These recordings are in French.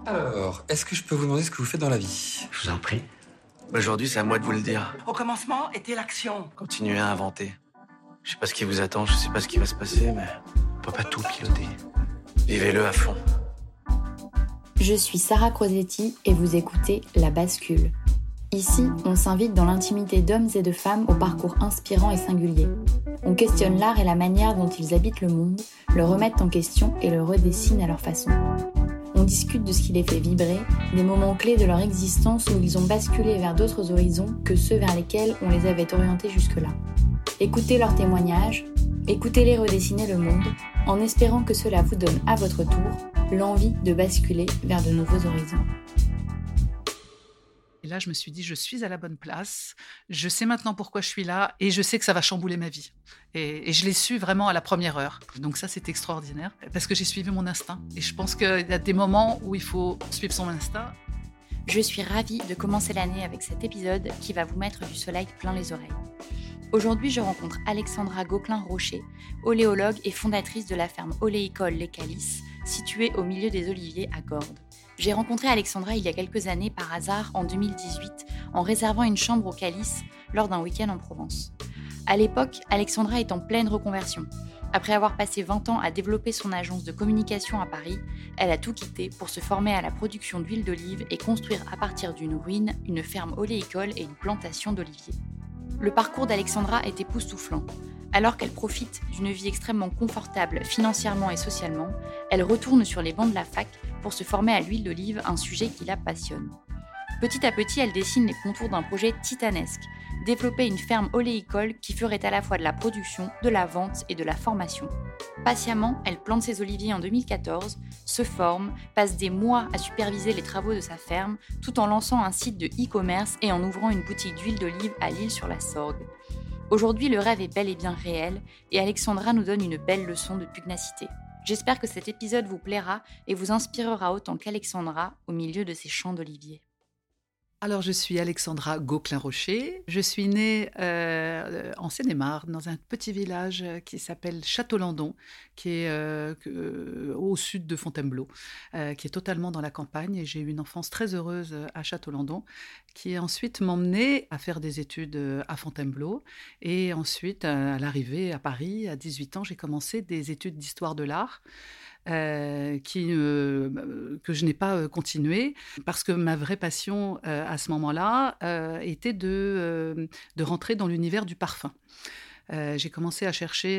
Alors, est-ce que je peux vous demander ce que vous faites dans la vie? Je vous en prie. Aujourd'hui, c'est à moi de vous le dire. Au commencement était l'action. Continuez à inventer. Je sais pas ce qui vous attend, je sais pas ce qui va se passer, mais on peut pas tout piloter. Vivez-le à fond. Je suis Sarah Crosetti et vous écoutez La Bascule. Ici, on s'invite dans l'intimité d'hommes et de femmes au parcours inspirant et singulier. On questionne l'art et la manière dont ils habitent le monde, le remettent en question et le redessinent à leur façon. On discute de ce qui les fait vibrer, des moments clés de leur existence où ils ont basculé vers d'autres horizons que ceux vers lesquels on les avait orientés jusque-là. Écoutez leurs témoignages, écoutez-les redessiner le monde, en espérant que cela vous donne à votre tour l'envie de basculer vers de nouveaux horizons. Et là, je me suis dit, je suis à la bonne place, je sais maintenant pourquoi je suis là et je sais que ça va chambouler ma vie. Et je l'ai su vraiment à la première heure. Donc ça, c'est extraordinaire parce que j'ai suivi mon instinct. Et je pense qu'il y a des moments où il faut suivre son instinct. Je suis ravie de commencer l'année avec cet épisode qui va vous mettre du soleil plein les oreilles. Aujourd'hui, je rencontre Alexandra Gauquelin-Rocher, oléologue et fondatrice de la ferme oléicole Les Calices, située au milieu des oliviers à Gordes. J'ai rencontré Alexandra il y a quelques années par hasard en 2018 en réservant une chambre aux Calices lors d'un week-end en Provence. À l'époque, Alexandra est en pleine reconversion. Après avoir passé 20 ans à développer son agence de communication à Paris, elle a tout quitté pour se former à la production d'huile d'olive et construire à partir d'une ruine une ferme oléicole et une plantation d'oliviers. Le parcours d'Alexandra est époustouflant. Alors qu'elle profite d'une vie extrêmement confortable financièrement et socialement, elle retourne sur les bancs de la fac pour se former à l'huile d'olive, un sujet qui la passionne. Petit à petit, elle dessine les contours d'un projet titanesque, développer une ferme oléicole qui ferait à la fois de la production, de la vente et de la formation. Patiemment, elle plante ses oliviers en 2014, se forme, passe des mois à superviser les travaux de sa ferme, tout en lançant un site de e-commerce et en ouvrant une boutique d'huile d'olive à L'Isle-sur-la-Sorgue. Aujourd'hui, le rêve est bel et bien réel et Alexandra nous donne une belle leçon de pugnacité. J'espère que cet épisode vous plaira et vous inspirera autant qu'Alexandra au milieu de ces champs d'oliviers. Alors, je suis Alexandra Gauquelin-Rocher. Je suis née en Seine-et-Marne, dans un petit village qui s'appelle Château-Landon, qui est au sud de Fontainebleau, qui est totalement dans la campagne. Et j'ai eu une enfance très heureuse à Château-Landon, qui ensuite m'emmenait à faire des études à Fontainebleau. Et ensuite, à l'arrivée à Paris, à 18 ans, j'ai commencé des études d'histoire de l'art. Que je n'ai pas continué parce que ma vraie passion à ce moment-là était de rentrer dans l'univers du parfum. J'ai commencé à chercher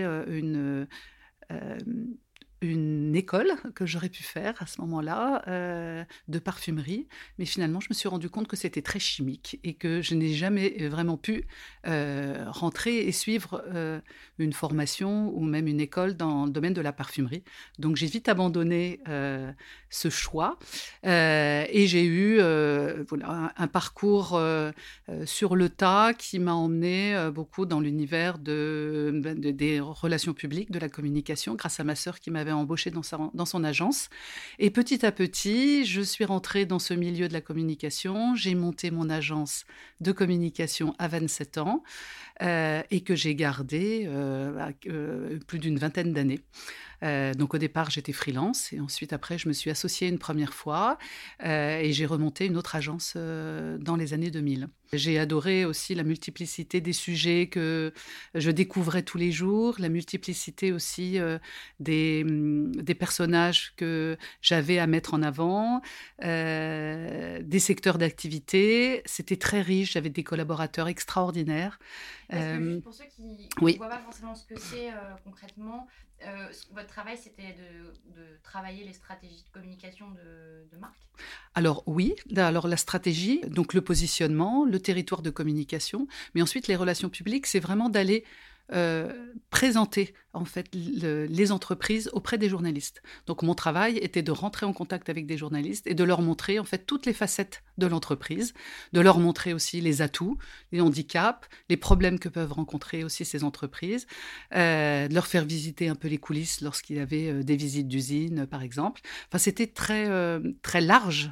une école que j'aurais pu faire à ce moment-là de parfumerie, mais finalement je me suis rendu compte que c'était très chimique et que je n'ai jamais vraiment pu rentrer et suivre une formation ou même une école dans le domaine de la parfumerie. Donc j'ai vite abandonné ce choix et j'ai eu un parcours sur le tas qui m'a emmené beaucoup dans l'univers des relations publiques, de la communication, grâce à ma sœur qui m'avait embauchée dans son agence. Et petit à petit, je suis rentrée dans ce milieu de la communication. J'ai monté mon agence de communication à 27 ans et que j'ai gardée plus d'une vingtaine d'années. Donc au départ, j'étais freelance et ensuite après, je me suis associée une première fois et j'ai remonté une autre agence dans les années 2000. J'ai adoré aussi la multiplicité des sujets que je découvrais tous les jours, la multiplicité aussi des personnages que j'avais à mettre en avant, des secteurs d'activité. C'était très riche, j'avais des collaborateurs extraordinaires. Pour ceux qui oui. ne voient pas forcément ce que c'est concrètement, votre travail, c'était de travailler les stratégies de communication de marque ? Alors oui, alors la stratégie, donc le positionnement, le territoire de communication, mais ensuite les relations publiques, c'est vraiment d'aller présenter en fait les entreprises auprès des journalistes. Donc mon travail était de rentrer en contact avec des journalistes et de leur montrer en fait toutes les facettes de l'entreprise, de leur montrer aussi les atouts, les handicaps, les problèmes que peuvent rencontrer aussi ces entreprises, de leur faire visiter un peu les coulisses lorsqu'il y avait des visites d'usines par exemple. Enfin c'était très très large.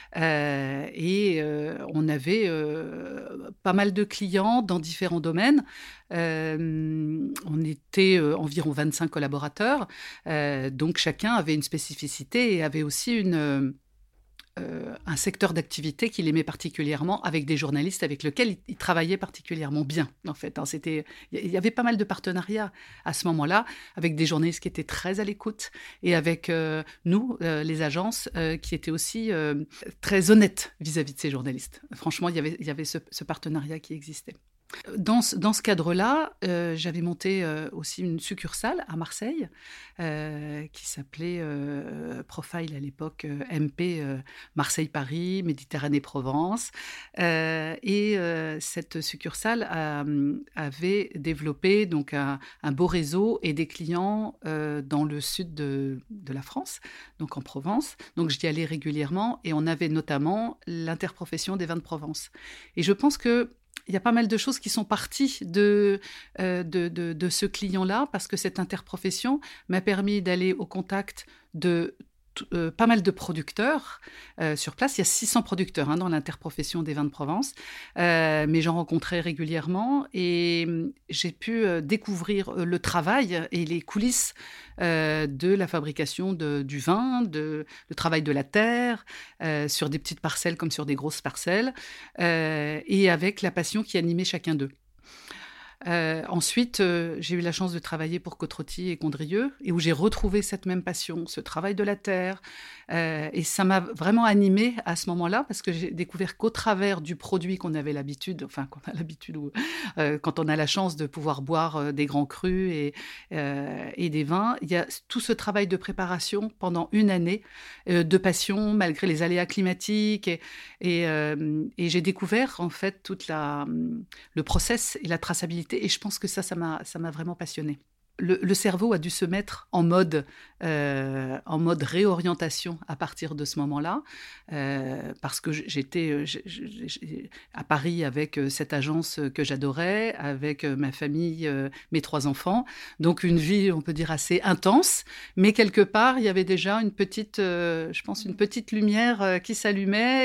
On avait pas mal de clients dans différents domaines. On était environ 25 collaborateurs, donc chacun avait une spécificité et avait aussi un secteur d'activité qu'il aimait particulièrement, avec des journalistes avec lesquels il travaillait particulièrement bien, en fait. Hein. Il y avait pas mal de partenariats à ce moment-là, avec des journalistes qui étaient très à l'écoute, et avec nous, les agences, qui étaient aussi très honnêtes vis-à-vis de ces journalistes. Franchement, il y avait ce partenariat qui existait. Dans ce cadre-là, j'avais monté aussi une succursale à Marseille qui s'appelait Profile à l'époque MP Marseille-Paris, Méditerranée-Provence. Et cette succursale avait développé donc un beau réseau et des clients dans le sud de la France, donc en Provence. Donc j'y allais régulièrement et on avait notamment l'interprofession des vins de Provence. Et je pense que il y a pas mal de choses qui sont parties de ce client-là, parce que cette interprofession m'a permis d'aller au contact de pas mal de producteurs sur place. Il y a 600 producteurs dans l'interprofession des vins de Provence, mais j'en rencontrais régulièrement et j'ai pu découvrir le travail et les coulisses de la fabrication du vin, le travail de la terre, sur des petites parcelles comme sur des grosses parcelles, et avec la passion qui animait chacun d'eux. Ensuite, j'ai eu la chance de travailler pour Côte-Rôtie et Condrieu, et où j'ai retrouvé cette même passion, ce travail de la terre. Et ça m'a vraiment animée à ce moment-là, parce que j'ai découvert qu'au travers du produit qu'on avait l'habitude, quand on a la chance de pouvoir boire des grands crus et des vins, il y a tout ce travail de préparation pendant une année, de passion, malgré les aléas climatiques. Et j'ai découvert, en fait, le process et la traçabilité. Et je pense que ça m'a vraiment passionnée. Le cerveau a dû se mettre en mode réorientation à partir de ce moment-là, parce que j'étais à Paris avec cette agence que j'adorais, avec ma famille, mes 3 enfants, donc une vie, on peut dire, assez intense, mais quelque part, il y avait déjà une petite lumière qui s'allumait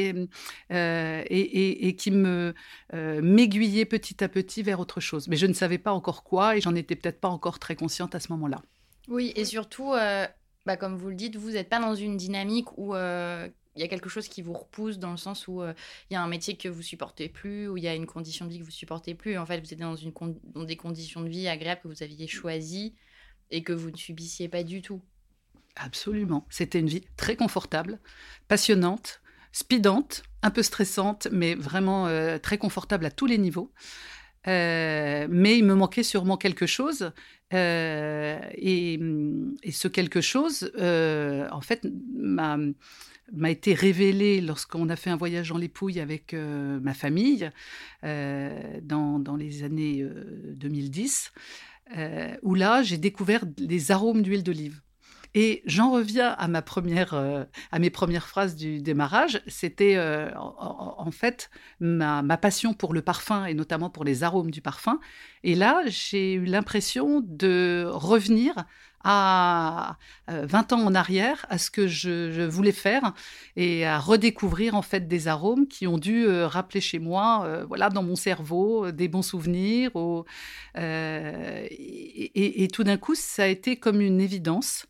et qui m'aiguillait petit à petit vers autre chose. Mais je ne savais pas encore quoi, et j'en étais peut-être pas encore très consciente à ce moment-là. Oui, et surtout, comme vous le dites, vous n'êtes pas dans une dynamique où il y a quelque chose qui vous repousse, dans le sens où il y a un métier que vous supportez plus, où il y a une condition de vie que vous supportez plus. En fait, vous êtes dans des conditions de vie agréables que vous aviez choisies et que vous ne subissiez pas du tout. Absolument. C'était une vie très confortable, passionnante, speedante, un peu stressante, mais vraiment très confortable à tous les niveaux. Mais il me manquait sûrement quelque chose, et ce quelque chose, en fait, m'a été révélé lorsqu'on a fait un voyage dans les Pouilles avec ma famille, dans les années 2010, où là, j'ai découvert les arômes d'huile d'olive. Et j'en reviens à mes premières phrases du démarrage. C'était en fait ma passion pour le parfum, et notamment pour les arômes du parfum. Et là, j'ai eu l'impression de revenir à 20 ans en arrière, à ce que je voulais faire, et à redécouvrir en fait des arômes qui ont dû rappeler chez moi, dans mon cerveau, des bons souvenirs. Et tout d'un coup, ça a été comme une évidence.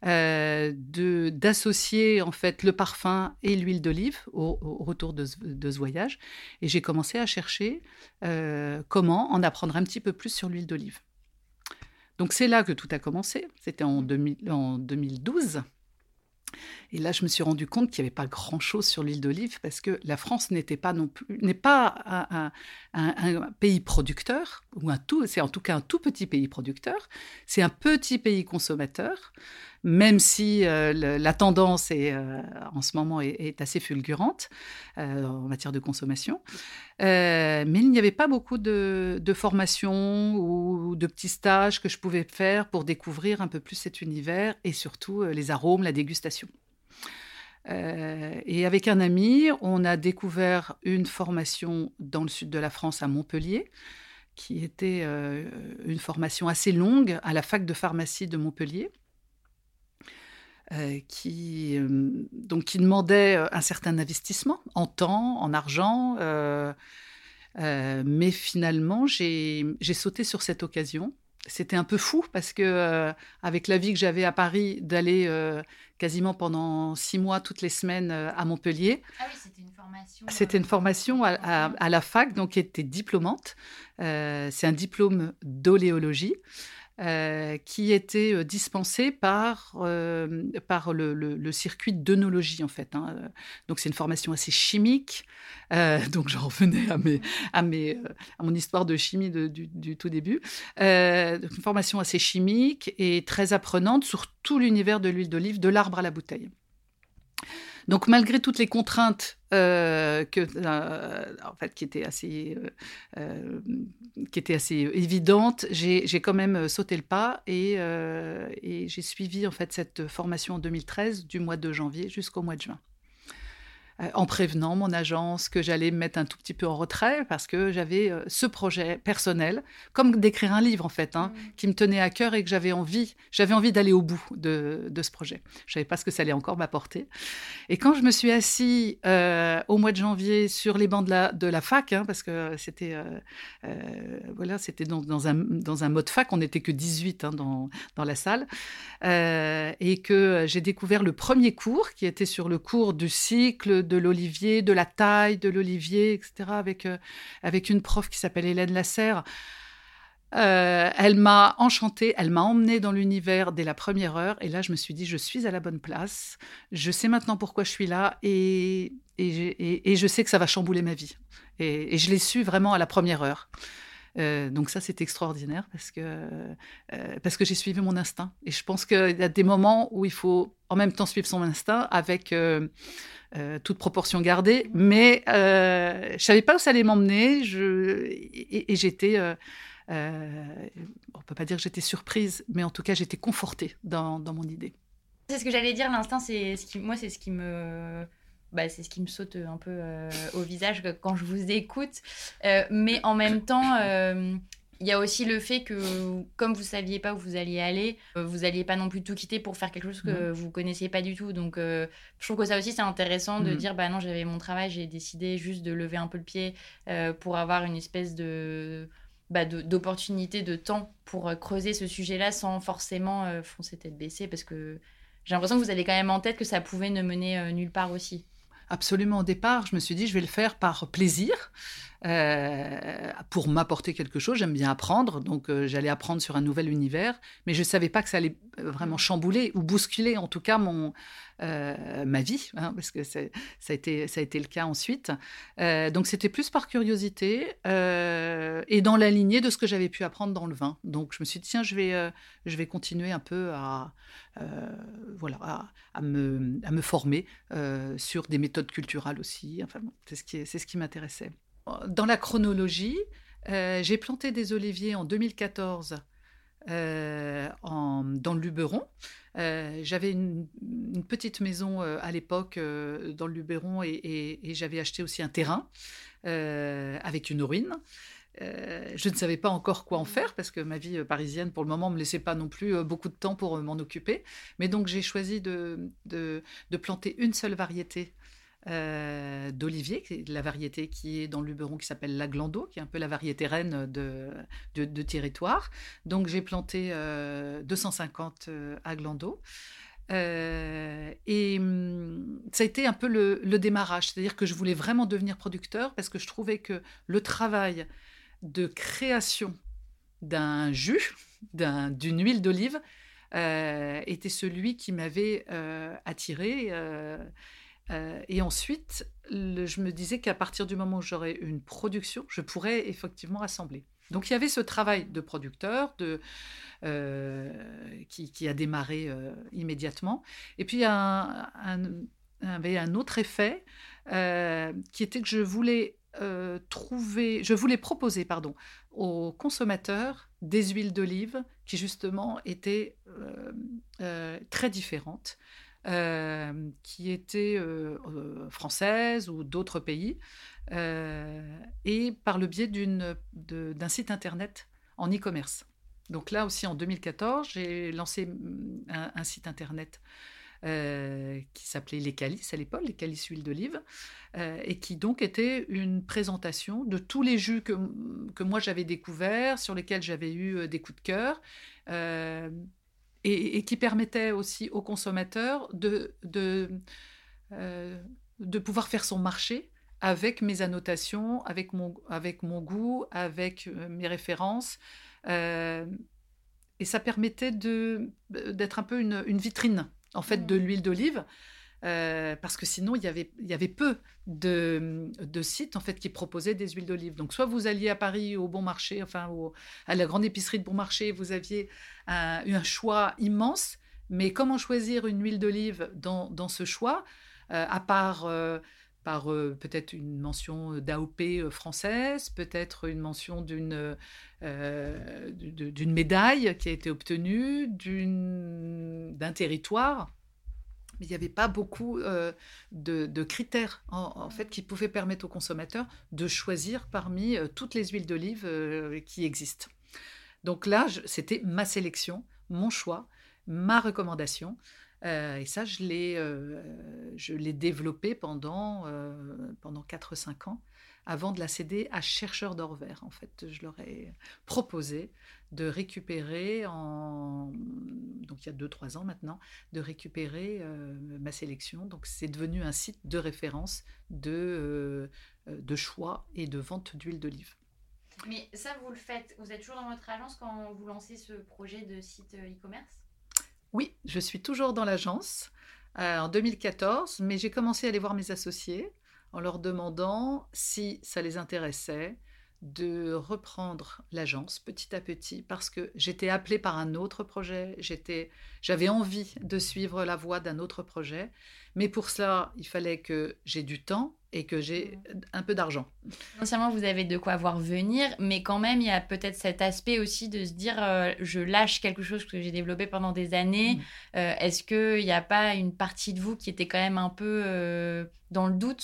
D'associer en fait le parfum et l'huile d'olive au retour de ce voyage, et j'ai commencé à chercher comment en apprendre un petit peu plus sur l'huile d'olive. Donc c'est là que tout a commencé, c'était en 2012. Et là, je me suis rendu compte qu'il n'y avait pas grand-chose sur l'huile d'olive, parce que la France n'est pas un pays producteur, c'est en tout cas un tout petit pays producteur. C'est un petit pays consommateur, même si la tendance en ce moment est assez fulgurante en matière de consommation. Mais il n'y avait pas beaucoup de formations ou de petits stages que je pouvais faire pour découvrir un peu plus cet univers, et surtout les arômes, la dégustation. Et avec un ami, on a découvert une formation dans le sud de la France, à Montpellier, qui était une formation assez longue à la fac de pharmacie de Montpellier, qui demandait un certain investissement en temps, en argent, mais finalement j'ai sauté sur cette occasion, c'était un peu fou parce que avec la vie que j'avais à Paris, d'aller quasiment pendant 6 mois toutes les semaines à Montpellier. Ah oui, c'était une formation. C'était une formation à la fac, donc qui était diplômante. C'est un diplôme d'oléologie. Qui était dispensé par le circuit d'œnologie, en fait. Hein. Donc, c'est une formation assez chimique. Donc, j'en revenais à mon histoire de chimie du tout début. Donc une formation assez chimique et très apprenante sur tout l'univers de l'huile d'olive, de l'arbre à la bouteille. Donc, malgré toutes les contraintes en fait, qui étaient assez évidentes, j'ai quand même sauté le pas et j'ai suivi en fait cette formation en 2013, du mois de janvier jusqu'au mois de juin. En prévenant mon agence que j'allais me mettre un tout petit peu en retrait parce que j'avais ce projet personnel, comme d'écrire un livre en fait, qui me tenait à cœur et que j'avais envie d'aller au bout de ce projet. Je ne savais pas ce que ça allait encore m'apporter. Et quand je me suis assise au mois de janvier sur les bancs de la fac, parce que c'était c'était dans un mode fac, on n'était que 18 dans la salle, et que j'ai découvert le premier cours qui était sur le cours du cycle de l'olivier, de la taille de l'olivier, etc., avec une prof qui s'appelle Hélène Lasserre. Elle m'a enchantée, elle m'a emmenée dans l'univers dès la première heure, et là je me suis dit, je suis à la bonne place, je sais maintenant pourquoi je suis là, et je sais que ça va chambouler ma vie. Et je l'ai su vraiment à la première heure. Donc ça, c'est extraordinaire parce que j'ai suivi mon instinct. Et je pense qu'il y a des moments où il faut en même temps suivre son instinct avec toute proportion gardée. Mais je ne savais pas où ça allait m'emmener. Et j'étais... on ne peut pas dire que j'étais surprise, mais en tout cas, j'étais confortée dans mon idée. C'est ce que j'allais dire, l'instinct, c'est ce qui me saute un peu au visage quand je vous écoute. Mais en même temps, il y a aussi le fait que, comme vous ne saviez pas où vous alliez aller, vous n'alliez pas non plus tout quitter pour faire quelque chose que vous ne connaissiez pas du tout. Donc, je trouve que ça aussi, c'est intéressant de dire, bah non, j'avais mon travail, j'ai décidé juste de lever un peu le pied pour avoir une espèce d'opportunité, de temps pour creuser ce sujet-là sans forcément foncer tête baissée, parce que j'ai l'impression que vous avez quand même en tête que ça pouvait ne mener nulle part aussi. Absolument. Au départ, je me suis dit, je vais le faire par plaisir, pour m'apporter quelque chose. J'aime bien apprendre, donc j'allais apprendre sur un nouvel univers, mais je ne savais pas que ça allait vraiment chambouler ou bousculer, en tout cas, ma vie, parce que ça a été le cas ensuite. Donc, c'était plus par curiosité et dans la lignée de ce que j'avais pu apprendre dans le vin. Donc, je me suis dit, tiens, je vais continuer un peu à me former sur des méthodes culturales aussi. Enfin, bon, c'est ce qui m'intéressait. Dans la chronologie, j'ai planté des oliviers en 2014 dans le Luberon. J'avais une petite maison à l'époque dans le Luberon et j'avais acheté aussi un terrain avec une ruine. Je ne savais pas encore quoi en faire parce que ma vie parisienne, pour le moment, ne me laissait pas non plus beaucoup de temps pour m'en occuper. Mais donc, j'ai choisi de planter une seule variété d'olivier, la variété qui est dans le Luberon qui s'appelle l'Aglando, qui est un peu la variété reine de territoire. Donc, j'ai planté 250 Aglando. Et ça a été un peu le démarrage, c'est-à-dire que je voulais vraiment devenir producteur parce que je trouvais que le travail de création d'un jus, d'une huile d'olive, était celui qui m'avait attirée. Et ensuite, je me disais qu'à partir du moment où j'aurais une production, je pourrais effectivement assembler. Donc, il y avait ce travail de producteur qui a démarré immédiatement. Et puis, il y avait un autre effet qui était que je voulais proposer aux consommateurs des huiles d'olive qui, justement, étaient très différentes. Qui étaient françaises ou d'autres pays, et par le biais d'un site internet en e-commerce. Donc là aussi, en 2014, j'ai lancé un site internet qui s'appelait Les Calices à l'époque, Les Calices huile d'olive, et qui donc était une présentation de tous les jus que moi j'avais découverts, sur lesquels j'avais eu des coups de cœur, et qui permettait aussi aux consommateurs de pouvoir faire son marché avec mes annotations, avec mon goût, avec mes références. Et ça permettait d'être un peu une vitrine, en fait, de l'huile d'olive, parce que sinon, il y avait peu de sites, en fait, qui proposaient des huiles d'olive. Donc, soit vous alliez à Paris, au Bon Marché, à la grande épicerie de Bon Marché, vous aviez un choix immense, mais comment choisir une huile d'olive dans ce choix, à part... par peut-être une mention d'AOP française, peut-être une mention d'une médaille qui a été obtenue, d'un territoire. Mais il n'y avait pas beaucoup de critères en fait, qui pouvaient permettre aux consommateurs de choisir parmi toutes les huiles d'olive qui existent. Donc là, c'était ma sélection, mon choix, ma recommandation. Et ça, je l'ai développé pendant 4-5 ans, avant de la céder à Chercheurs d'Or Vert. En fait, je leur ai proposé de récupérer, donc il y a 2-3 ans maintenant, de récupérer ma sélection. Donc c'est devenu un site de référence de choix et de vente d'huile d'olive. Mais ça, vous le faites, vous êtes toujours dans votre agence quand vous lancez ce projet de site e-commerce ? Oui, je suis toujours dans l'agence en 2014, mais j'ai commencé à aller voir mes associés en leur demandant si ça les intéressait de reprendre l'agence petit à petit, parce que j'étais appelée par un autre projet, j'avais envie de suivre la voie d'un autre projet, mais pour cela, il fallait que j'ai du temps et que j'ai un peu d'argent. Non seulement vous avez de quoi voir venir, mais quand même, il y a peut-être cet aspect aussi de se dire je lâche quelque chose que j'ai développé pendant des années. Est-ce qu'il n'y a pas une partie de vous qui était quand même un peu dans le doute ?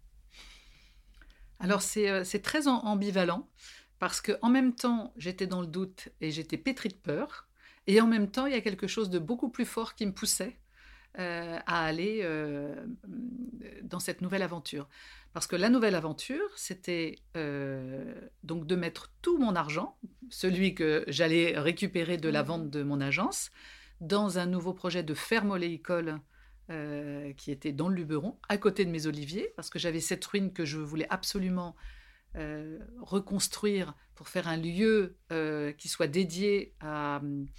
Alors, c'est très ambivalent, parce qu'en même temps, j'étais dans le doute et j'étais pétrie de peur, et en même temps, il y a quelque chose de beaucoup plus fort qui me poussait à aller dans cette nouvelle aventure. Parce que la nouvelle aventure, c'était donc de mettre tout mon argent, celui que j'allais récupérer de la vente de mon agence, dans un nouveau projet de ferme oléicole qui était dans le Luberon, à côté de mes oliviers, parce que j'avais cette ruine que je voulais absolument reconstruire pour faire un lieu qui soit dédié à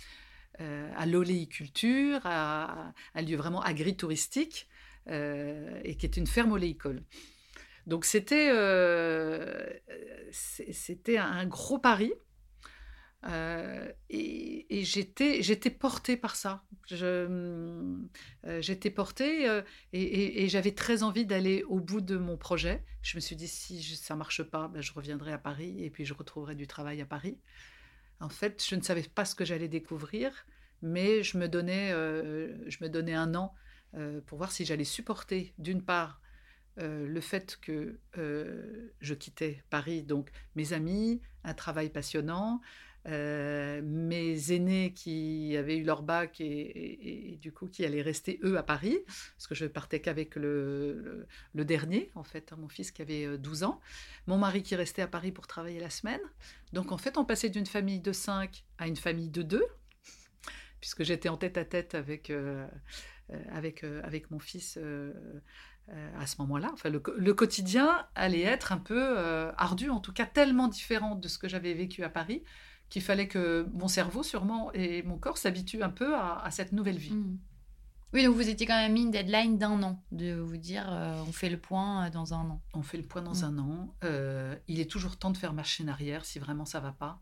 l'oléiculture, à un lieu vraiment agritouristique, et qui est une ferme oléicole. Donc c'était un gros pari, et j'étais portée par ça. J'étais portée et j'avais très envie d'aller au bout de mon projet. Je me suis dit, si ça ne marche pas, je reviendrai à Paris et puis je retrouverai du travail à Paris. En fait, je ne savais pas ce que j'allais découvrir, mais je me donnais un an pour voir si j'allais supporter, d'une part, le fait que je quittais Paris, donc mes amis, un travail passionnant, mes aînés qui avaient eu leur bac et du coup qui allaient rester eux à Paris, parce que je partais qu'avec le dernier, en fait, mon fils qui avait 12 ans, mon mari qui restait à Paris pour travailler la semaine. Donc en fait, on passait d'une famille de 5 à une famille de 2, puisque j'étais en tête-à-tête avec mon fils à ce moment-là. Enfin, le quotidien allait être un peu ardu, en tout cas tellement différent de ce que j'avais vécu à Paris, qu'il fallait que mon cerveau, sûrement, et mon corps s'habituent un peu à cette nouvelle vie. Oui, donc vous étiez quand même mis une deadline d'1 an, de vous dire on fait le point dans 1 an. On fait le point dans 1 an. Il est toujours temps de faire marche en arrière si vraiment ça ne va pas.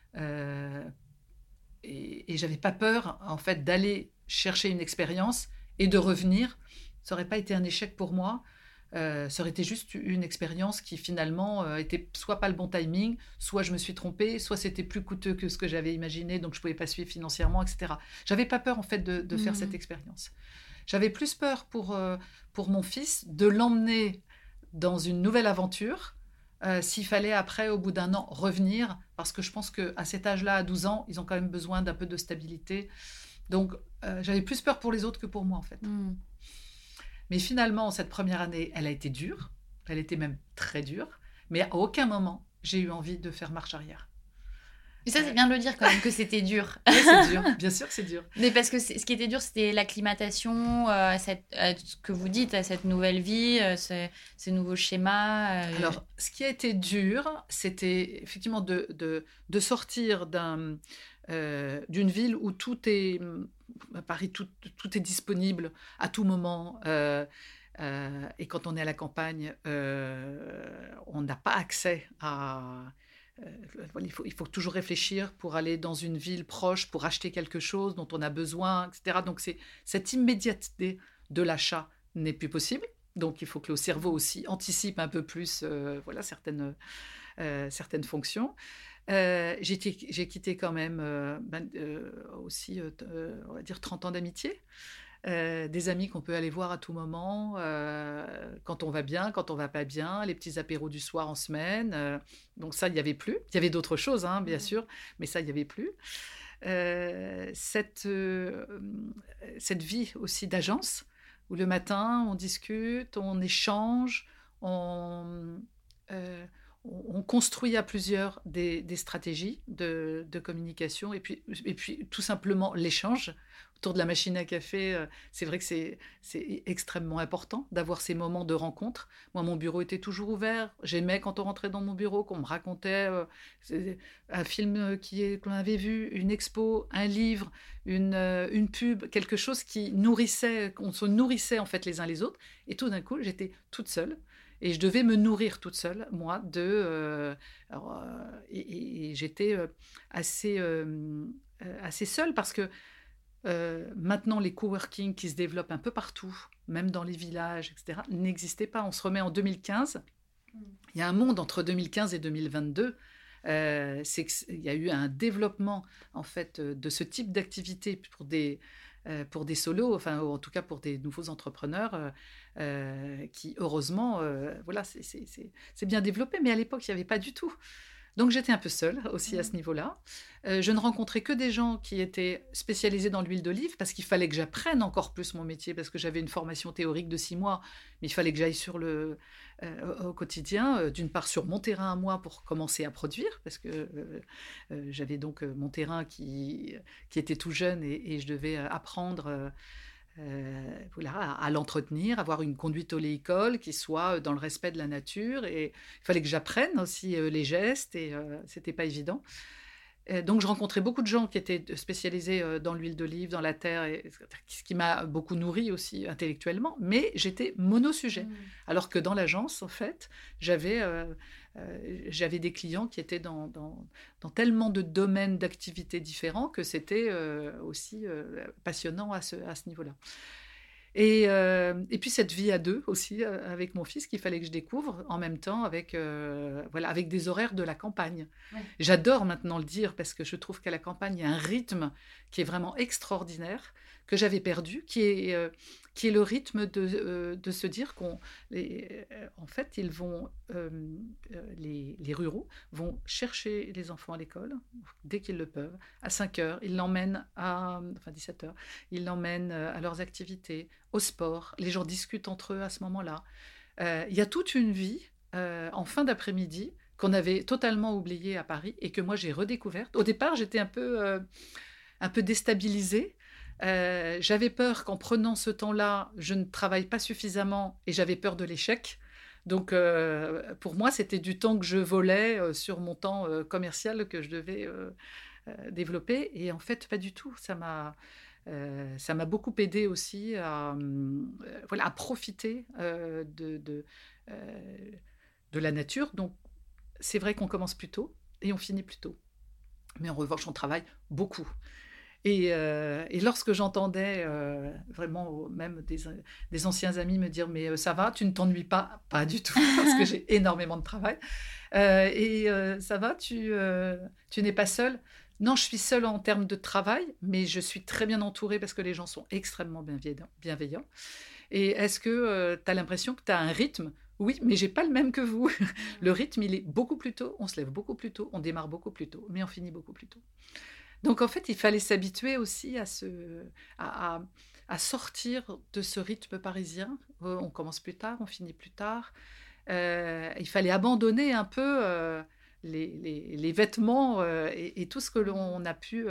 Et j'avais pas peur, en fait, d'aller chercher une expérience et de revenir. Ça n'aurait pas été un échec pour moi. Ça aurait été juste une expérience qui finalement était soit pas le bon timing, soit je me suis trompée, soit c'était plus coûteux que ce que j'avais imaginé, donc je pouvais pas suivre financièrement, etc. J'avais pas peur en fait de faire cette expérience. J'avais plus peur pour mon fils de l'emmener dans une nouvelle aventure s'il fallait après, au bout d'1 an, revenir, parce que je pense qu'à cet âge-là, à 12 ans, ils ont quand même besoin d'un peu de stabilité Donc, j'avais plus peur pour les autres que pour moi, en fait. Mais finalement, cette première année, elle a été dure. Elle était même très dure. Mais à aucun moment, j'ai eu envie de faire marche arrière. Et ça, c'est bien de le dire quand même, que c'était dur. Oui, c'est dur. Bien sûr que c'est dur. Mais parce que ce qui était dur, c'était l'acclimatation à ce que vous dites, à cette nouvelle vie, ces nouveaux schémas. Alors, ce qui a été dur, c'était effectivement de sortir d'une ville où tout est... À Paris, tout est disponible à tout moment. Et quand on est à la campagne, on n'a pas accès à... il faut toujours réfléchir pour aller dans une ville proche, pour acheter quelque chose dont on a besoin, etc. Donc, cette immédiateté de l'achat n'est plus possible. Donc, il faut que le cerveau aussi anticipe un peu plus certaines fonctions. J'ai quitté quand même aussi, on va dire, 30 ans d'amitié. Des amis qu'on peut aller voir à tout moment, quand on va bien, quand on va pas bien, les petits apéros du soir en semaine. Donc ça, il n'y avait plus. Il y avait d'autres choses, bien sûr, mais ça, il n'y avait plus. Cette vie aussi d'agence, où le matin, on discute, on échange, on construit à plusieurs des stratégies de communication et puis tout simplement l'échange autour de la machine à café. C'est vrai que c'est extrêmement important d'avoir ces moments de rencontre. Moi, mon bureau était toujours ouvert. J'aimais quand on rentrait dans mon bureau, qu'on me racontait un film qu'on avait vu, une expo, un livre, une pub, quelque chose qui nourrissait, qu'on se nourrissait en fait les uns les autres. Et tout d'un coup, j'étais toute seule. Et je devais me nourrir toute seule, moi, et j'étais assez seule parce que maintenant, les coworking qui se développent un peu partout, même dans les villages, etc., n'existaient pas. On se remet en 2015. Il y a un monde entre 2015 et 2022. Il y a eu un développement, en fait, de ce type d'activité pour des solos, enfin, ou en tout cas pour des nouveaux entrepreneurs qui, heureusement, c'est bien développé. Mais à l'époque, il n'y avait pas du tout. Donc, j'étais un peu seule aussi à ce niveau-là. Je ne rencontrais que des gens qui étaient spécialisés dans l'huile d'olive parce qu'il fallait que j'apprenne encore plus mon métier parce que j'avais une formation théorique de 6 mois, mais il fallait que j'aille au quotidien, d'une part sur mon terrain à moi pour commencer à produire parce que j'avais donc mon terrain qui était tout jeune et je devais apprendre à l'entretenir, avoir une conduite oléicole qui soit dans le respect de la nature. Et il fallait que j'apprenne aussi les gestes et c'était pas évident. Donc je rencontrais beaucoup de gens qui étaient spécialisés dans l'huile d'olive, dans la terre, ce qui m'a beaucoup nourri aussi intellectuellement, mais j'étais monosujet. Alors que dans l'agence, en fait, j'avais des clients qui étaient dans tellement de domaines d'activités différents que c'était aussi passionnant à ce niveau-là. Et puis cette vie à deux aussi avec mon fils qu'il fallait que je découvre en même temps avec des horaires de la campagne. Ouais. J'adore maintenant le dire parce que je trouve qu'à la campagne il y a un rythme qui est vraiment extraordinaire que j'avais perdu, qui est le rythme de se dire en fait ils vont les ruraux vont chercher les enfants à l'école dès qu'ils le peuvent à 5h, ils l'emmènent à 17h, ils l'emmènent à leurs activités, au sport, les gens discutent entre eux à ce moment-là. Il y a toute une vie en fin d'après-midi qu'on avait totalement oubliée à Paris et que moi j'ai redécouverte. Au départ, j'étais un peu déstabilisée. J'avais peur qu'en prenant ce temps-là, je ne travaille pas suffisamment et j'avais peur de l'échec. Donc, pour moi, c'était du temps que je volais sur mon temps commercial que je devais développer. Et en fait, pas du tout. Ça m'a beaucoup aidée aussi à profiter de la nature. Donc, c'est vrai qu'on commence plus tôt et on finit plus tôt. Mais en revanche, on travaille beaucoup. Et lorsque j'entendais vraiment même des anciens amis me dire « mais ça va, tu ne t'ennuies pas ?» Pas du tout, parce que j'ai énormément de travail. Ça va, tu n'es pas seule ? Non, je suis seule en termes de travail, mais je suis très bien entourée parce que les gens sont extrêmement bienveillants. Et est-ce que tu as l'impression que tu as un rythme ? Oui, mais je n'ai pas le même que vous. Le rythme, il est beaucoup plus tôt, on se lève beaucoup plus tôt, on démarre beaucoup plus tôt, mais on finit beaucoup plus tôt. Donc, en fait, il fallait s'habituer aussi à sortir de ce rythme parisien. On commence plus tard, on finit plus tard. Il fallait abandonner un peu les vêtements et tout ce que l'on a pu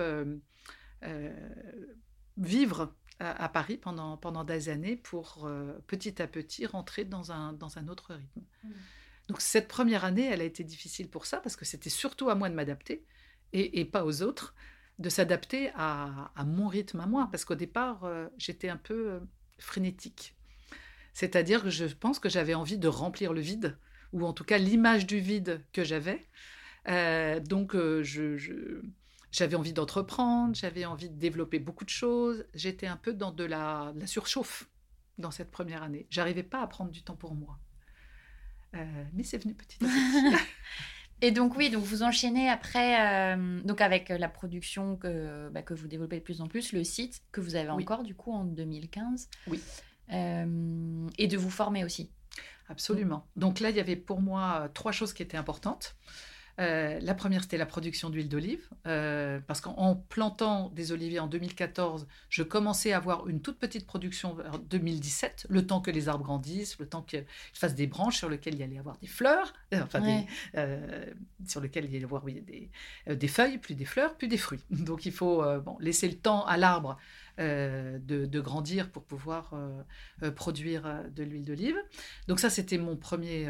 vivre à Paris pendant des années pour petit à petit rentrer dans un autre rythme. Donc cette première année, elle a été difficile pour ça, parce que c'était surtout à moi de m'adapter et pas aux autres, de s'adapter à mon rythme à moi, parce qu'au départ, j'étais un peu frénétique. C'est-à-dire que je pense que j'avais envie de remplir le vide, ou en tout cas l'image du vide que j'avais. Donc j'avais envie d'entreprendre, j'avais envie de développer beaucoup de choses. J'étais un peu dans de la surchauffe dans cette première année. J'arrivais pas à prendre du temps pour moi. Mais c'est venu petit à petit. Et donc oui, donc vous enchaînez après, donc avec la production que vous développez de plus en plus, le site que vous avez encore du coup en 2015. Oui. Et de vous former aussi. Absolument. Donc là, il y avait pour moi 3 choses qui étaient importantes. La première, c'était la production d'huile d'olive, parce qu'en plantant des oliviers en 2014, je commençais à avoir une toute petite production en 2017, le temps que les arbres grandissent, le temps qu'ils fassent des branches sur lesquelles il y allait avoir des fleurs, sur lesquelles il y allait avoir des feuilles, puis des fleurs, puis des fruits. Donc il faut laisser le temps à l'arbre de grandir pour pouvoir produire de l'huile d'olive. Donc ça, c'était mon premier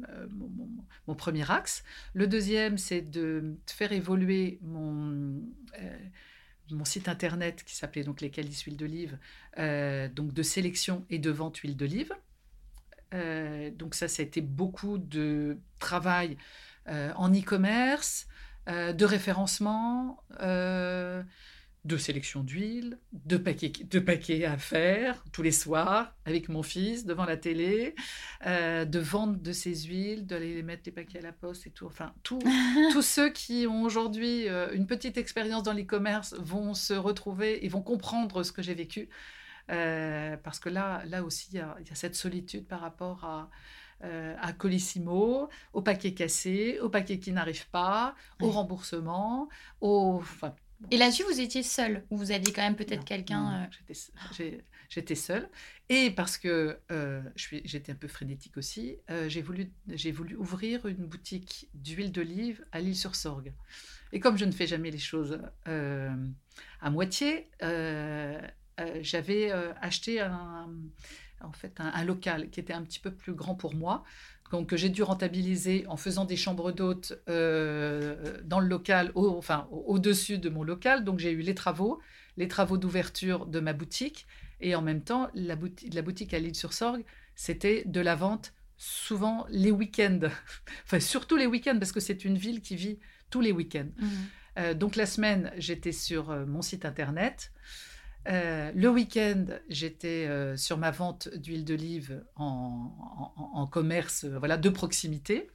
axe. Le deuxième, c'est de faire évoluer mon site internet qui s'appelait donc Les Calices Huile d'Olive, donc de sélection et de vente huile d'olive. Donc ça a été beaucoup de travail en e-commerce, de référencement, de sélection d'huile, de paquets à faire tous les soirs avec mon fils devant la télé, de vente de ces huiles, d'aller les mettre les paquets à la poste et tout. Enfin, tous ceux qui ont aujourd'hui une petite expérience dans l'e-commerce vont se retrouver et vont comprendre ce que j'ai vécu. Parce que là aussi, il y a cette solitude par rapport à Colissimo, aux paquets cassés, aux paquets qui n'arrivent pas, au remboursement, Et là-dessus, vous étiez seule, ou vous aviez quand même peut-être quelqu'un... J'étais seule. Et parce que j'étais un peu frénétique aussi, j'ai voulu ouvrir une boutique d'huile d'olive à l'Île-sur-Sorgue. Et comme je ne fais jamais les choses à moitié, j'avais acheté un local qui était un petit peu plus grand pour moi, donc j'ai dû rentabiliser en faisant des chambres d'hôtes dans le local, au-dessus de mon local. Donc j'ai eu les travaux d'ouverture de ma boutique, et en même temps la boutique à l'Île-sur-Sorgue, c'était de la vente souvent les week-ends, enfin surtout les week-ends, parce que c'est une ville qui vit tous les week-ends. Donc la semaine, j'étais sur mon site internet. Le week-end, j'étais sur ma vente d'huile d'olive en commerce de proximité.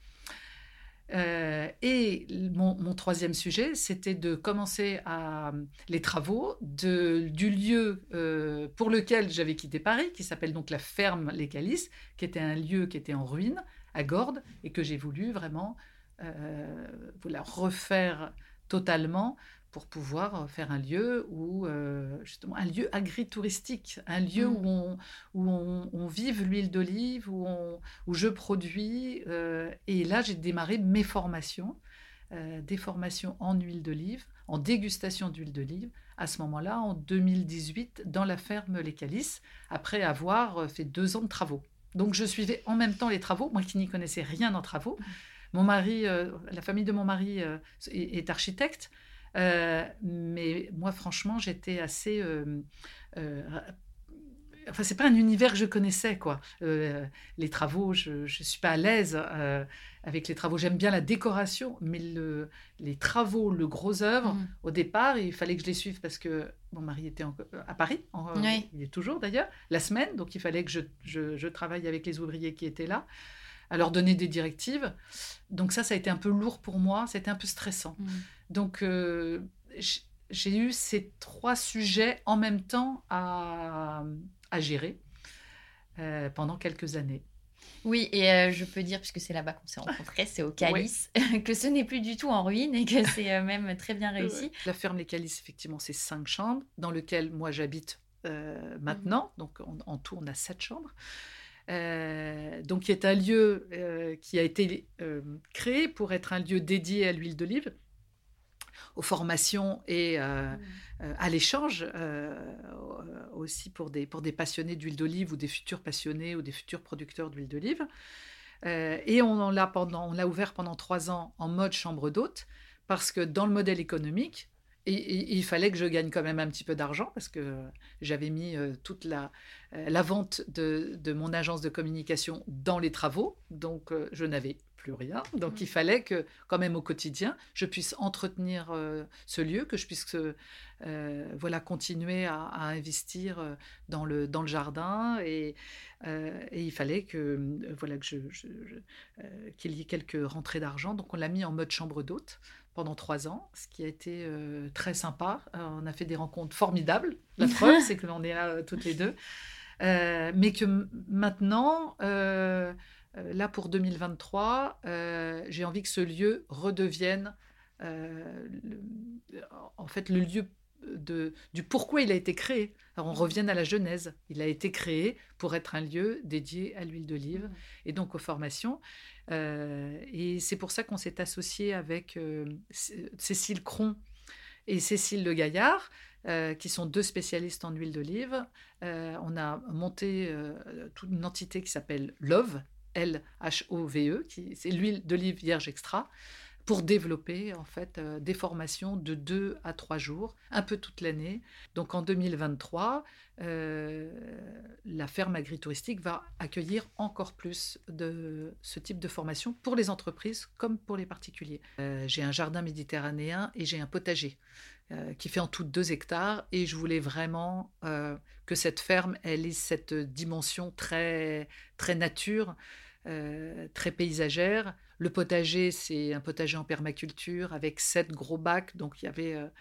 Et mon troisième sujet, c'était de commencer les travaux du lieu pour lequel j'avais quitté Paris, qui s'appelle donc la ferme Les Calices, qui était un lieu qui était en ruine à Gordes, et que j'ai voulu vraiment refaire totalement, pour pouvoir faire un lieu justement un lieu agritouristique, un lieu où on vive l'huile d'olive, où je produis. Et là, j'ai démarré mes formations, des formations en huile d'olive, en dégustation d'huile d'olive, à ce moment-là, en 2018, dans la ferme Les Calices, après avoir fait 2 ans de travaux. Donc, je suivais en même temps les travaux, moi qui n'y connaissais rien en travaux. Mon mari, la famille de mon mari est architecte. Mais moi, franchement, j'étais assez... c'est pas un univers que je connaissais, quoi. Les travaux, je suis pas à l'aise avec les travaux. J'aime bien la décoration, mais les travaux, le gros œuvre, au départ, il fallait que je les suive parce que mon mari était à Paris, il est toujours d'ailleurs, la semaine, donc il fallait que je travaille avec les ouvriers qui étaient là, à leur donner des directives. Donc ça a été un peu lourd pour moi, c'était un peu stressant. Donc j'ai eu ces 3 sujets en même temps à gérer pendant quelques années. Oui, et je peux dire, puisque c'est là-bas qu'on s'est rencontrés, c'est au Calice, que ce n'est plus du tout en ruine et que c'est même très bien réussi. La ferme Les Calices, effectivement, c'est 5 chambres, dans lesquelles moi j'habite maintenant. Donc en tout, on a 7 chambres. Donc, qui est un lieu qui a été créé pour être un lieu dédié à l'huile d'olive, aux formations et à l'échange, aussi pour des passionnés d'huile d'olive ou des futurs passionnés ou des futurs producteurs d'huile d'olive. Et on l'a ouvert pendant 3 ans en mode chambre d'hôte, parce que dans le modèle économique, et il fallait que je gagne quand même un petit peu d'argent, parce que j'avais mis toute la vente de mon agence de communication dans les travaux, donc je n'avais plus rien. Donc il fallait que, quand même au quotidien, je puisse entretenir ce lieu, que je puisse continuer à investir dans le jardin. Et il fallait que, qu'il y ait quelques rentrées d'argent. Donc on l'a mis en mode chambre d'hôte pendant 3 ans, ce qui a été très sympa. On a fait des rencontres formidables. La preuve, c'est que l'on est là toutes les deux. Mais que maintenant, là pour 2023, j'ai envie que ce lieu redevienne en fait le lieu du pourquoi il a été créé. Alors on revienne à la genèse. Il a été créé pour être un lieu dédié à l'huile d'olive et donc aux formations. Et c'est pour ça qu'on s'est associé avec Cécile Cron et Cécile Le Gaillard, qui sont 2 spécialistes en huile d'olive. On a monté toute une entité qui s'appelle LOVE, L-H-O-V-E, c'est l'huile d'olive vierge extra, pour développer en fait des formations de 2 à 3 jours, un peu toute l'année. Donc en 2023, la ferme agritouristique va accueillir encore plus de ce type de formation pour les entreprises comme pour les particuliers. J'ai un jardin méditerranéen et j'ai un potager qui fait en tout 2 hectares, et je voulais vraiment que cette ferme elle ait cette dimension très, très nature, très paysagère. Le potager, c'est un potager en permaculture avec 7 gros bacs, donc il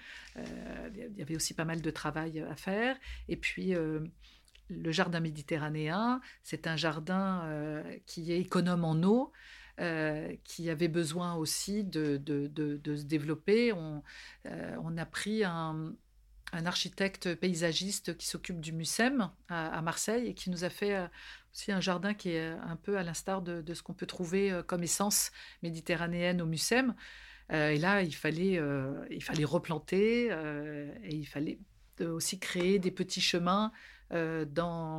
y avait aussi pas mal de travail à faire. Et puis le jardin méditerranéen, c'est un jardin qui est économe en eau, qui avait besoin aussi de se développer. On a pris un architecte paysagiste qui s'occupe du Mucem à Marseille, et qui nous a fait aussi un jardin qui est un peu à l'instar de ce qu'on peut trouver comme essence méditerranéenne au Mucem. Et là, il fallait replanter, et il fallait aussi créer des petits chemins dans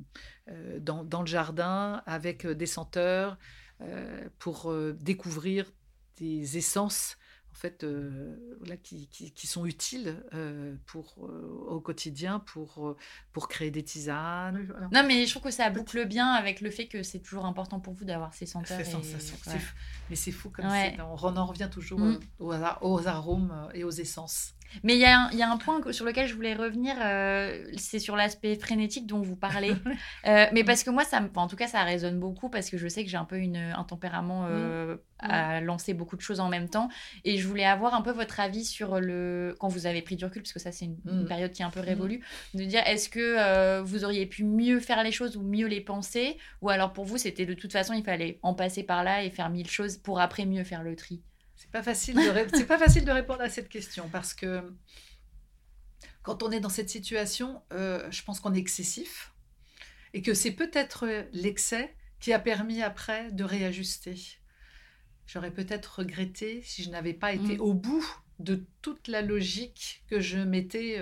le jardin avec des senteurs pour découvrir des essences en fait, qui sont utiles au quotidien pour créer des tisanes. Oui, voilà. Non, mais je trouve que ça boucle bien avec le fait que c'est toujours important pour vous d'avoir ces senteurs. Mais c'est fou comme on en revient toujours aux arômes et aux essences. Mais il y a un point sur lequel je voulais revenir, c'est sur l'aspect frénétique dont vous parlez. Mais parce que moi, en tout cas, ça résonne beaucoup, parce que je sais que j'ai un peu un tempérament à lancer beaucoup de choses en même temps. Et je voulais avoir un peu votre avis sur quand vous avez pris du recul, parce que ça, c'est une période qui est un peu révolue, de dire, est-ce que vous auriez pu mieux faire les choses ou mieux les penser, ou alors pour vous, c'était de toute façon, il fallait en passer par là et faire 1000 choses pour après mieux faire le tri? C'est pas facile de répondre à cette question, parce que quand on est dans cette situation, je pense qu'on est excessif, et que c'est peut-être l'excès qui a permis après de réajuster. J'aurais peut-être regretté si je n'avais pas été au bout de toute la logique que je m'étais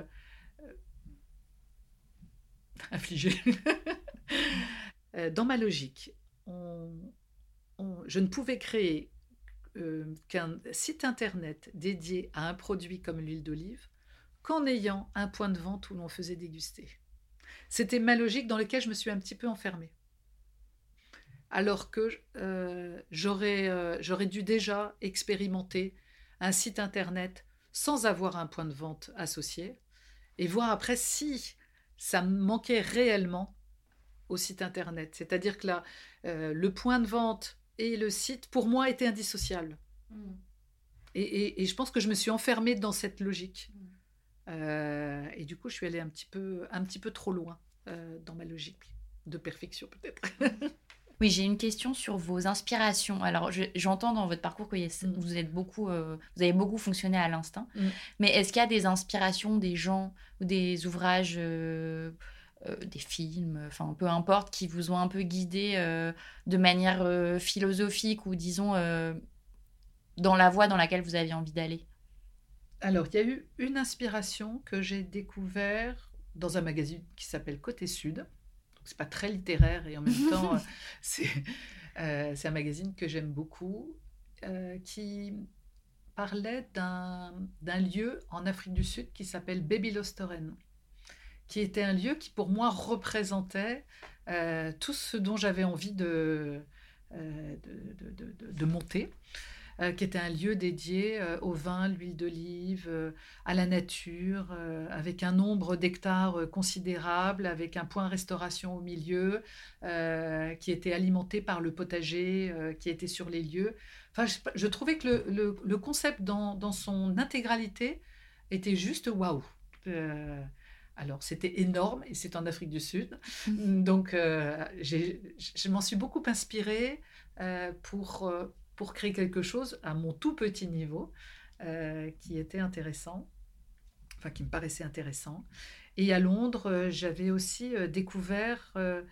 infligée. Dans ma logique, je ne pouvais créer qu'un site internet dédié à un produit comme l'huile d'olive qu'en ayant un point de vente où l'on faisait déguster. C'était ma logique dans laquelle je me suis un petit peu enfermée. Alors que j'aurais dû déjà expérimenter un site internet sans avoir un point de vente associé, et voir après si ça me manquait réellement au site internet. C'est-à-dire que là, le point de vente et le site, pour moi, étaient indissociables. Et je pense que je me suis enfermée dans cette logique. Et du coup, je suis allée un petit peu trop loin dans ma logique de perfection, peut-être. Oui, j'ai une question sur vos inspirations. Alors, j'entends dans votre parcours que vous avez beaucoup fonctionné à l'instinct. Mais est-ce qu'il y a des inspirations, des gens ou des ouvrages, des films, enfin peu importe, qui vous ont un peu guidé de manière philosophique ou disons dans la voie dans laquelle vous aviez envie d'aller? Alors, il y a eu une inspiration que j'ai découvert dans un magazine qui s'appelle Côté Sud. C'est pas très littéraire et en même temps, c'est un magazine que j'aime beaucoup, qui parlait d'un lieu en Afrique du Sud qui s'appelle Babylostoren, qui était un lieu qui pour moi représentait tout ce dont j'avais envie de monter. Qui était un lieu dédié au vin, l'huile d'olive, à la nature, avec un nombre d'hectares considérable, avec un point restauration au milieu, qui était alimenté par le potager qui était sur les lieux. Enfin, je trouvais que le concept dans son intégralité était juste waouh. Alors, c'était énorme et c'est en Afrique du Sud. Donc, je m'en suis beaucoup inspirée pour créer quelque chose à mon tout petit niveau qui était intéressant, enfin qui me paraissait intéressant. Et à Londres, j'avais aussi découvert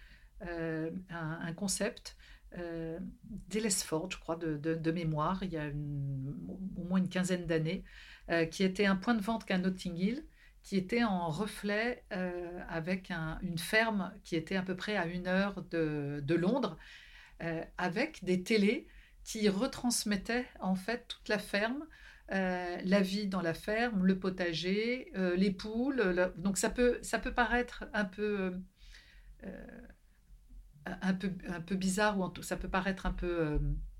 un concept d'Aylesford, je crois, de mémoire, il y a au moins une quinzaine d'années, qui était un point de vente qu'à Notting Hill, qui était en reflet avec une ferme qui était à peu près à 1 heure de Londres, avec des télés qui retransmettait en fait toute la ferme, la vie dans la ferme, le potager, les poules. Donc ça peut paraître un peu bizarre ou ça peut paraître un peu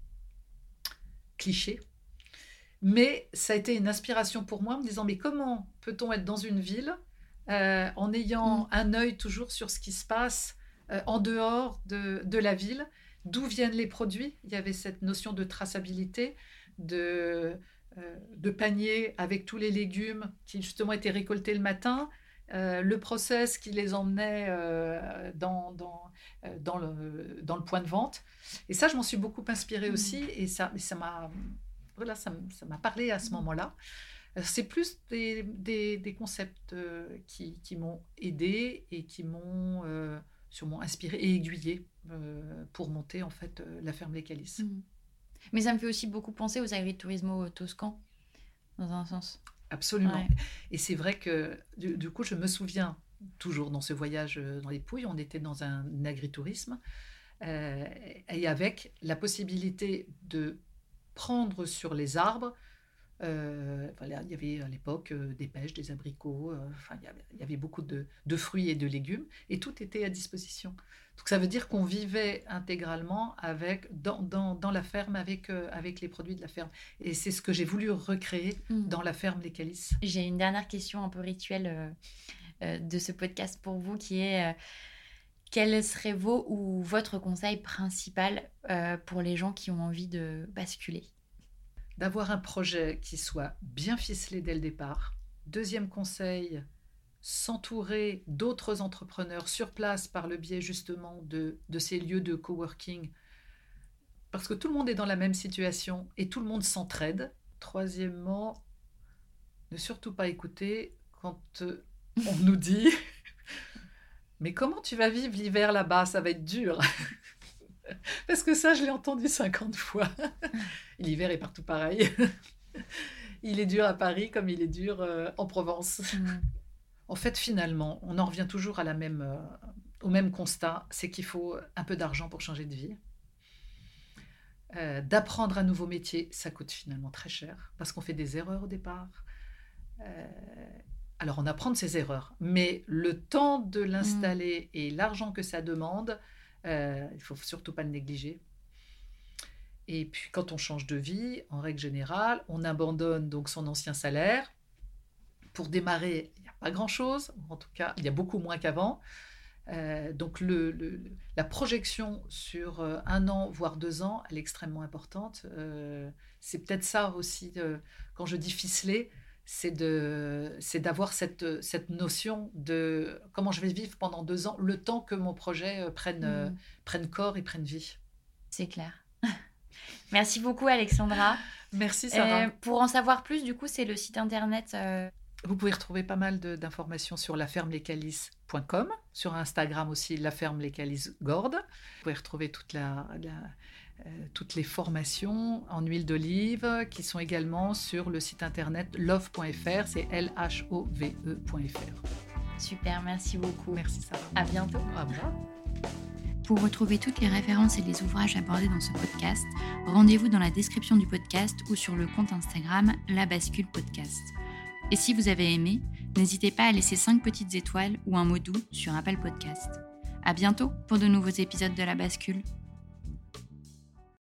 cliché. Mais ça a été une inspiration pour moi en me disant mais comment peut-on être dans une ville en ayant un œil toujours sur ce qui se passe en dehors de la ville? D'où viennent les produits? Il y avait cette notion de traçabilité, de panier avec tous les légumes qui justement étaient récoltés le matin, le process qui les emmenait dans le point de vente. Et ça, je m'en suis beaucoup inspirée aussi et ça m'a parlé à ce moment-là. C'est plus des concepts qui m'ont aidée et qui m'ont sûrement inspirée et aiguillée pour monter en fait la ferme Les Calices. Mais ça me fait aussi beaucoup penser aux agriturismo toscans, dans un sens. Absolument. Ouais. Et c'est vrai que du coup, je me souviens toujours dans ce voyage dans les Pouilles, on était dans un agritourisme et avec la possibilité de prendre sur les arbres. Il y avait à l'époque des pêches, des abricots, il y avait beaucoup de fruits et de légumes et tout était à disposition. Donc ça veut dire qu'on vivait intégralement dans la ferme avec les produits de la ferme. Et c'est ce que j'ai voulu recréer dans la ferme Les Calices. J'ai une dernière question un peu rituelle de ce podcast pour vous qui est quel serait votre conseil principal pour les gens qui ont envie de basculer? D'avoir un projet qui soit bien ficelé dès le départ. Deuxième conseil, s'entourer d'autres entrepreneurs sur place par le biais justement de ces lieux de coworking, parce que tout le monde est dans la même situation et tout le monde s'entraide. Troisièmement, ne surtout pas écouter quand on nous dit « Mais comment tu vas vivre l'hiver là-bas? Ça va être dur !» Parce que ça, je l'ai entendu 50 fois. L'hiver est partout pareil. Il est dur à Paris comme il est dur en Provence. En fait, finalement, on en revient toujours au même constat, c'est qu'il faut un peu d'argent pour changer de vie. D'apprendre un nouveau métier, ça coûte finalement très cher, parce qu'on fait des erreurs au départ. Alors, on apprend de ses erreurs, mais le temps de l'installer et l'argent que ça demande, il ne faut surtout pas le négliger. Et puis, quand on change de vie, en règle générale, on abandonne donc son ancien salaire. Pour démarrer, il n'y a pas grand-chose. En tout cas, il y a beaucoup moins qu'avant. Donc, la projection sur 1 an, voire 2 ans, elle est extrêmement importante. C'est peut-être ça aussi, quand je dis ficeler, c'est d'avoir cette notion de comment je vais vivre pendant 2 ans, le temps que mon projet prenne corps et prenne vie. C'est clair. Merci beaucoup, Alexandra. Merci, Sarah. Pour en savoir plus, du coup, c'est le site internet... Vous pouvez retrouver pas mal d'informations sur lafermelescalices.com, sur Instagram aussi, lafermelescalices-gordes. Vous pouvez retrouver toutes les formations en huile d'olive qui sont également sur le site internet love.fr, c'est LHOVE.fr. Super, merci beaucoup. Merci, Sarah. À bientôt. Au revoir. Pour retrouver toutes les références et les ouvrages abordés dans ce podcast, rendez-vous dans la description du podcast ou sur le compte Instagram La Bascule Podcast. Et si vous avez aimé, n'hésitez pas à laisser 5 petites étoiles ou un mot doux sur Apple Podcast. À bientôt pour de nouveaux épisodes de La Bascule.